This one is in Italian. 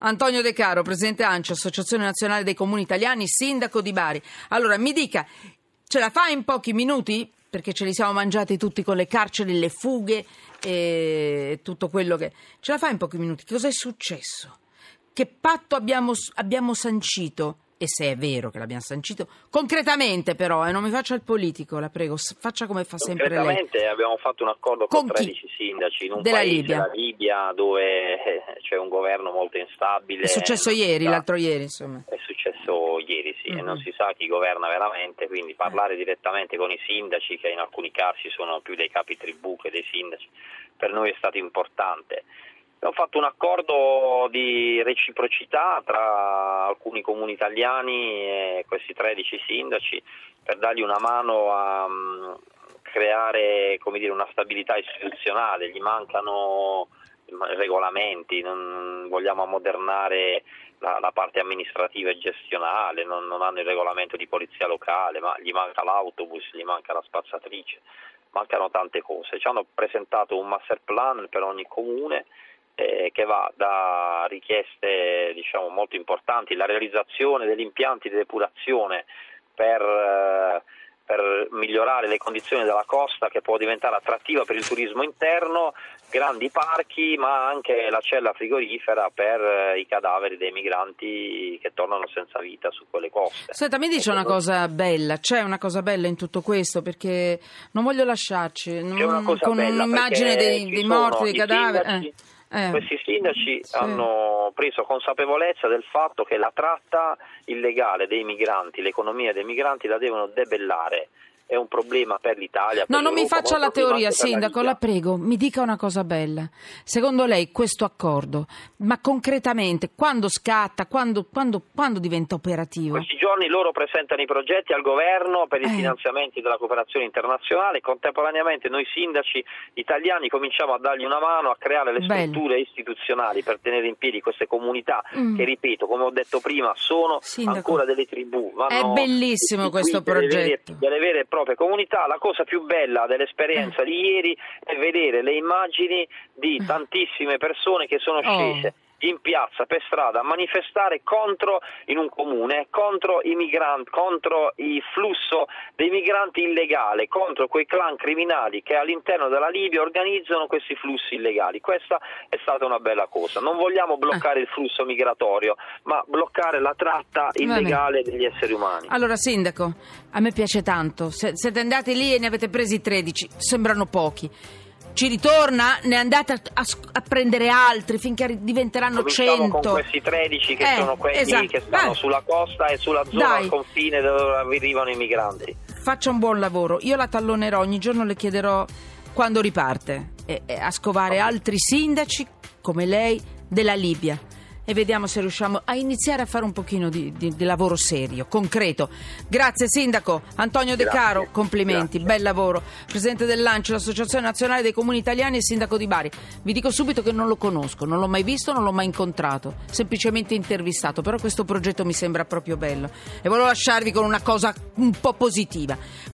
Antonio De Caro, presidente ANCI, Associazione Nazionale dei Comuni Italiani, sindaco di Bari. Allora, mi dica, ce la fa in pochi minuti? Perché ce li siamo mangiati tutti con le carceri, le fughe e tutto quello che... Ce la fa in pochi minuti? Cosa è successo? Che patto abbiamo sancito? E se è vero che l'abbiamo sancito, concretamente però, non mi faccia il politico, la prego, faccia come fa sempre lei. Concretamente abbiamo fatto un accordo con 13 sindaci in un paese, la Libia, dove c'è un governo molto instabile. È successo ieri, l'altro ieri, insomma. È successo ieri, sì, e non si sa chi governa veramente, quindi parlare direttamente con i sindaci, che in alcuni casi sono più dei capi tribù che dei sindaci, per noi è stato importante. Abbiamo fatto un accordo di reciprocità tra alcuni comuni italiani e questi 13 sindaci per dargli una mano a creare, come dire, una stabilità istituzionale. Gli mancano regolamenti, non vogliamo ammodernare la parte amministrativa e gestionale, non hanno il regolamento di polizia locale, ma gli manca l'autobus, gli manca la spazzatrice, mancano tante cose. Ci hanno presentato un master plan per ogni comune che va da richieste molto importanti, la realizzazione degli impianti di depurazione per migliorare le condizioni della costa, che può diventare attrattiva per il turismo interno, grandi parchi, ma anche la cella frigorifera per i cadaveri dei migranti che tornano senza vita su quelle coste. Senta, mi dice una cosa bella, c'è una cosa bella in tutto questo, perché non voglio lasciarci con un'immagine dei morti, dei cadaveri. Questi sindaci hanno preso consapevolezza del fatto che la tratta illegale dei migranti, l'economia dei migranti la devono debellare. È un problema per l'Italia. No, non mi faccia la teoria, sindaco, la prego, mi dica una cosa bella. Secondo lei questo accordo, ma concretamente, quando scatta, quando diventa operativo? Questi giorni loro presentano i progetti al governo per i finanziamenti della cooperazione internazionale e contemporaneamente noi sindaci italiani cominciamo a dargli una mano a creare le strutture istituzionali per tenere in piedi queste comunità che, ripeto, come ho detto prima, sono ancora delle tribù. È bellissimo questo progetto. Delle vere e proprie comunità. La cosa più bella dell'esperienza di ieri è vedere le immagini di tantissime persone che sono scese in piazza, per strada, a manifestare in un comune contro i migranti, contro il flusso dei migranti illegale, contro quei clan criminali che all'interno della Libia organizzano questi flussi illegali. Questa è stata una bella cosa. Non vogliamo bloccare il flusso migratorio, ma bloccare la tratta illegale degli esseri umani. Allora, sindaco, a me piace tanto. Siete andati lì e ne avete presi 13, sembrano pochi. Ci ritorna? Ne andate a prendere altri finché diventeranno 100? Con questi 13 che sono quelli che stanno sulla costa e sulla zona al confine dove arrivano i migranti. Faccia un buon lavoro. Io la tallonerò, ogni giorno le chiederò quando riparte a scovare altri sindaci come lei della Libia. E vediamo se riusciamo a iniziare a fare un pochino di lavoro serio, concreto. Grazie sindaco Antonio De Caro, complimenti, bel lavoro. Presidente dell'ANCI, l'Associazione Nazionale dei Comuni Italiani e sindaco di Bari. Vi dico subito che non lo conosco, non l'ho mai visto, non l'ho mai incontrato, semplicemente intervistato, però questo progetto mi sembra proprio bello e volevo lasciarvi con una cosa un po' positiva.